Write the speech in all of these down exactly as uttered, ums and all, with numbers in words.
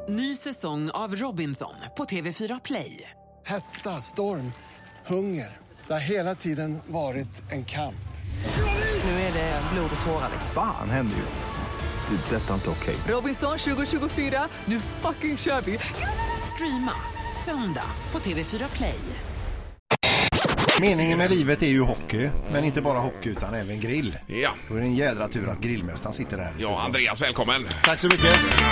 Ny säsong av Robinson på T V fyra Play. Hetta, storm, hunger. Det har hela tiden varit en kamp. Nu är det blod och tårar. Fan händer just det. Det är detta inte okej. Robinson tjugo tjugofyra, nu fucking kör vi. Streama söndag på T V fyra Play. Meningen med livet är ju hockey, men inte bara hockey utan även grill. Ja. Då är det en jädra tur att grillmästaren sitter där. Ja, Andreas, välkommen. Tack så mycket.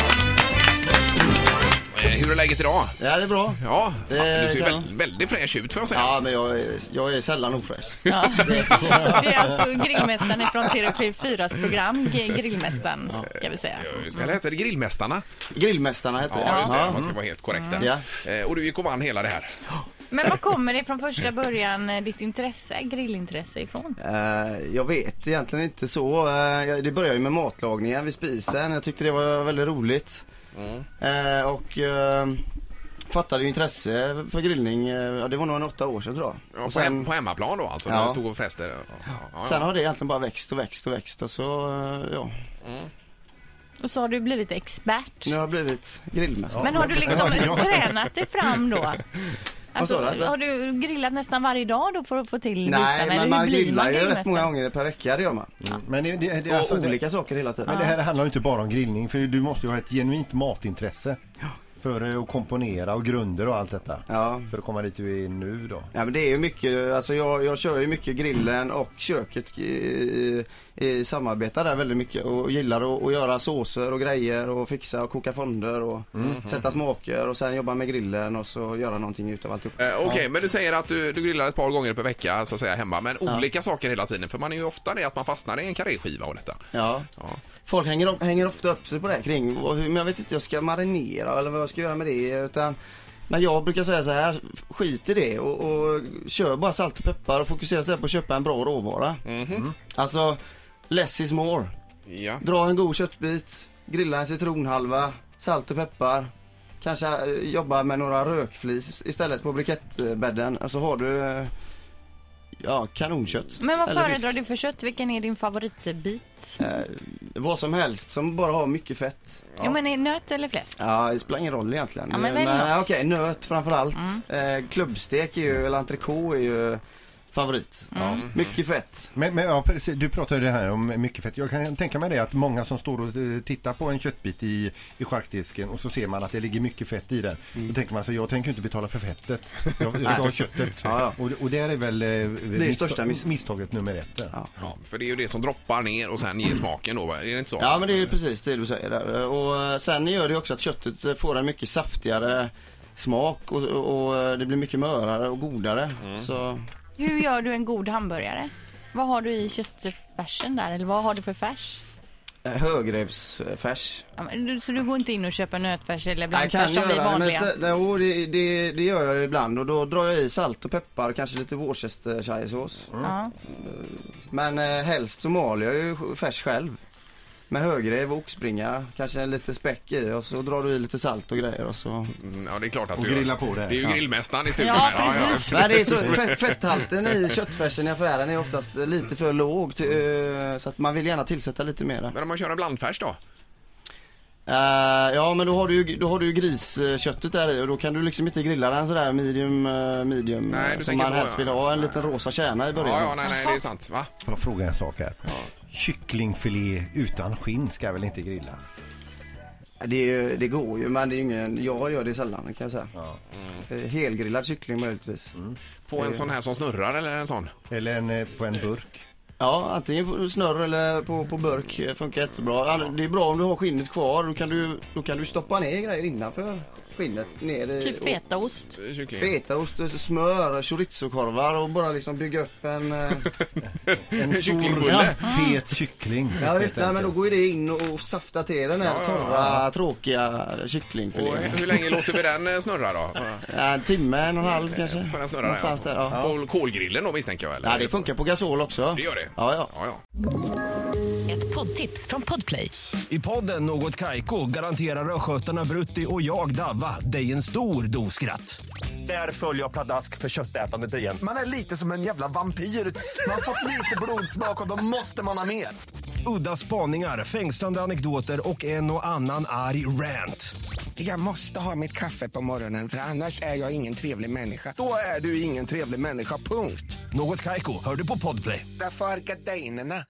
Eh, hur är läget idag? Ja, det är bra. Ja, Det, ja du ser kan... väl, väldigt fräsch ut, får jag säga. Ja, men jag är, jag är sällan ofräsch. Ja. Det är alltså grillmästaren från T V fyras program, Grillmästaren, ska vi säga. Eller heter det Grillmästarna? Grillmästarna heter det. Ja, just det. Ja. Man ska vara helt korrekt där. Ja. Eh, och du gick och vann hela det här. Men vad kommer det från första början, ditt intresse, grillintresse ifrån? Uh, jag vet egentligen inte så. Uh, det började ju med matlagningen vid spisen. Jag tyckte det var väldigt roligt. Mm. Uh, och uh, fattade ju intresse för grillning. Uh, ja, det var nog en åtta år sedan, tror jag. Ja, och på, sen, hem, på hemmaplan då alltså? Ja. När du stod och fräste? Ja, ja, ja. Sen har det egentligen bara växt och växt och växt. Och så, uh, ja. Mm. Och så har du blivit expert. Nu har jag blivit grillmästare. Men har du liksom tränat dig fram då? Alltså, Vad sa du? har du grillat nästan varje dag då för att få till Nej, bitarna? men eller man hur blir grillar ju rätt grillmästare? många gånger per vecka, det gör man. Mm. Men det, det, det, Och alltså, olika saker hela tiden. Men det här handlar ju inte bara om grillning, för du måste ju ha ett genuint matintresse för att komponera och grunder och allt detta. Ja. För att komma dit du är nu då. Ja, men det är ju mycket, alltså jag, jag kör ju mycket grillen och köket i, i samarbete där väldigt mycket och gillar att, att göra såser och grejer och fixa och koka fonder och mm. sätta smaker och sen jobba med grillen och så göra någonting utav alltihop. Eh, Okej, okay, ja. Men du säger att du, du grillar ett par gånger per vecka så att säga hemma, men ja. olika saker hela tiden, för man är ju ofta det att man fastnar i en karréskiva och detta. Ja. ja. Folk hänger, upp, hänger ofta upp sig på det kring och hur, men jag vet inte, jag ska marinera eller vad jag ska göra med det, utan men jag brukar säga så här, skit i det och, och kör bara salt och peppar och fokusera sig på att köpa en bra råvara. Mm-hmm. Mm. Alltså, less is more. Ja. Dra en god köttbit, grilla en citronhalva, salt och peppar. Kanske jobba med några rökflis istället på brikettbädden. Alltså har du ja, kanonkött. Men vad eller föredrar fisk. du för kött? Vilken är din favoritbit? Eh, vad som helst som bara har mycket fett. Ja, ja men är nöt eller fläsk? Ja, det spelar ingen roll egentligen. Ja, men men okej, okay, nöt framförallt. Mm. Eh, klubbstek är ju, eller entrecote är ju favorit. Mm. Ja, mycket fett. Men, men ja, precis, du pratade det här om mycket fett. Jag kan tänka mig det att många som står och uh, tittar på en köttbit i, i charkdisken och så ser man att det ligger mycket fett i den. Mm. Då tänker man så jag tänker inte betala för fettet. Jag, jag ska ha köttet. Ja, ja. Och, och det är väl uh, det är största miss- misstaget nummer ett. Ja. Ja, för det är ju det som droppar ner och sen ger smaken då, är det inte så? Ja, men det är ju precis det du säger där. Och sen gör det ju också att köttet får en mycket saftigare smak och, och, och det blir mycket mörare och godare. Mm. Så... Hur gör du en god hamburgare? Vad har du i köttfärsen där? Eller vad har du för färs? Högrevsfärs. Ja, men, så du går inte in och köper nötfärs eller Jag blandfärs som vi vanliga? Men så, jo, det, det, det gör jag ibland. Och då drar jag i salt och peppar, kanske lite Worcestershire-sås. Mm. Ja. Men eh, helst så maler jag ju färs själv. Med högrev och oxbringa, kanske lite späck i och så drar du i lite salt och grejer och så... Mm, ja, det är klart att och du grilla gör. på det. Det är ju ja. grillmästaren i studion. Ja, ja, precis. Men det är så, fett, fetthalten i köttfärsen i affären är oftast lite för låg till, så att man vill gärna tillsätta lite mer. Men om man kör en blandfärs då? Uh, ja, men då har, du ju, då har du ju grisköttet där i och då kan du liksom inte grilla den sådär medium, uh, medium nej, du som man så, helst vill ha, en nej. liten rosa kärna i början. Ja, ja, nej, nej, det är sant. Va? Får jag fråga en sak här? Ja. Kycklingfilé utan skinn ska väl inte grillas? Det, är ju, det går ju, men det är ingen, jag gör det sällan kan jag säga. Ja. Mm. Helgrillad kyckling möjligtvis. Mm. På en sån här som snurrar eller en sån? Eller en, på en burk? Ja, antingen på snurr eller på, på burk funkar jättebra. Det är bra om du har skinnet kvar, då kan du, då kan du stoppa ner grejer innanför skinnet. Ner i, Typ fetaost. Fetaost, smör, chorizo-korvar och bara liksom bygga upp en... en kycklingbulle. Ja, fet kyckling. Ja visst, nej, men då går ju det in och saftar till den här ja, ja, torra, ja. tråkiga kycklingfilén. Och hur länge låter vi den snurra då? Ja, en timme, en och en halv kanske. För den snurrar någonstans där, ja. Där, ja. På kolgrillen då misstänker jag eller? Ja, det funkar på gasol också. Det gör det? Ja, ja. ja, ja. Ett poddtips från Podplay. I podden Något Kaiko garanterar röskötarna Brutti och jag Davva dig en stor doskratt. Där följer jag pladask för köttätandet igen. Man är lite som en jävla vampyr. Man har fått lite blodsmak och då måste man ha mer. Udda spaningar, fängslande anekdoter och en och annan arg rant. Jag måste ha mitt kaffe på morgonen för annars är jag ingen trevlig människa. Då är du ingen trevlig människa, punkt. Något Kaiko, hör du på Podplay. Därför är gardinerna.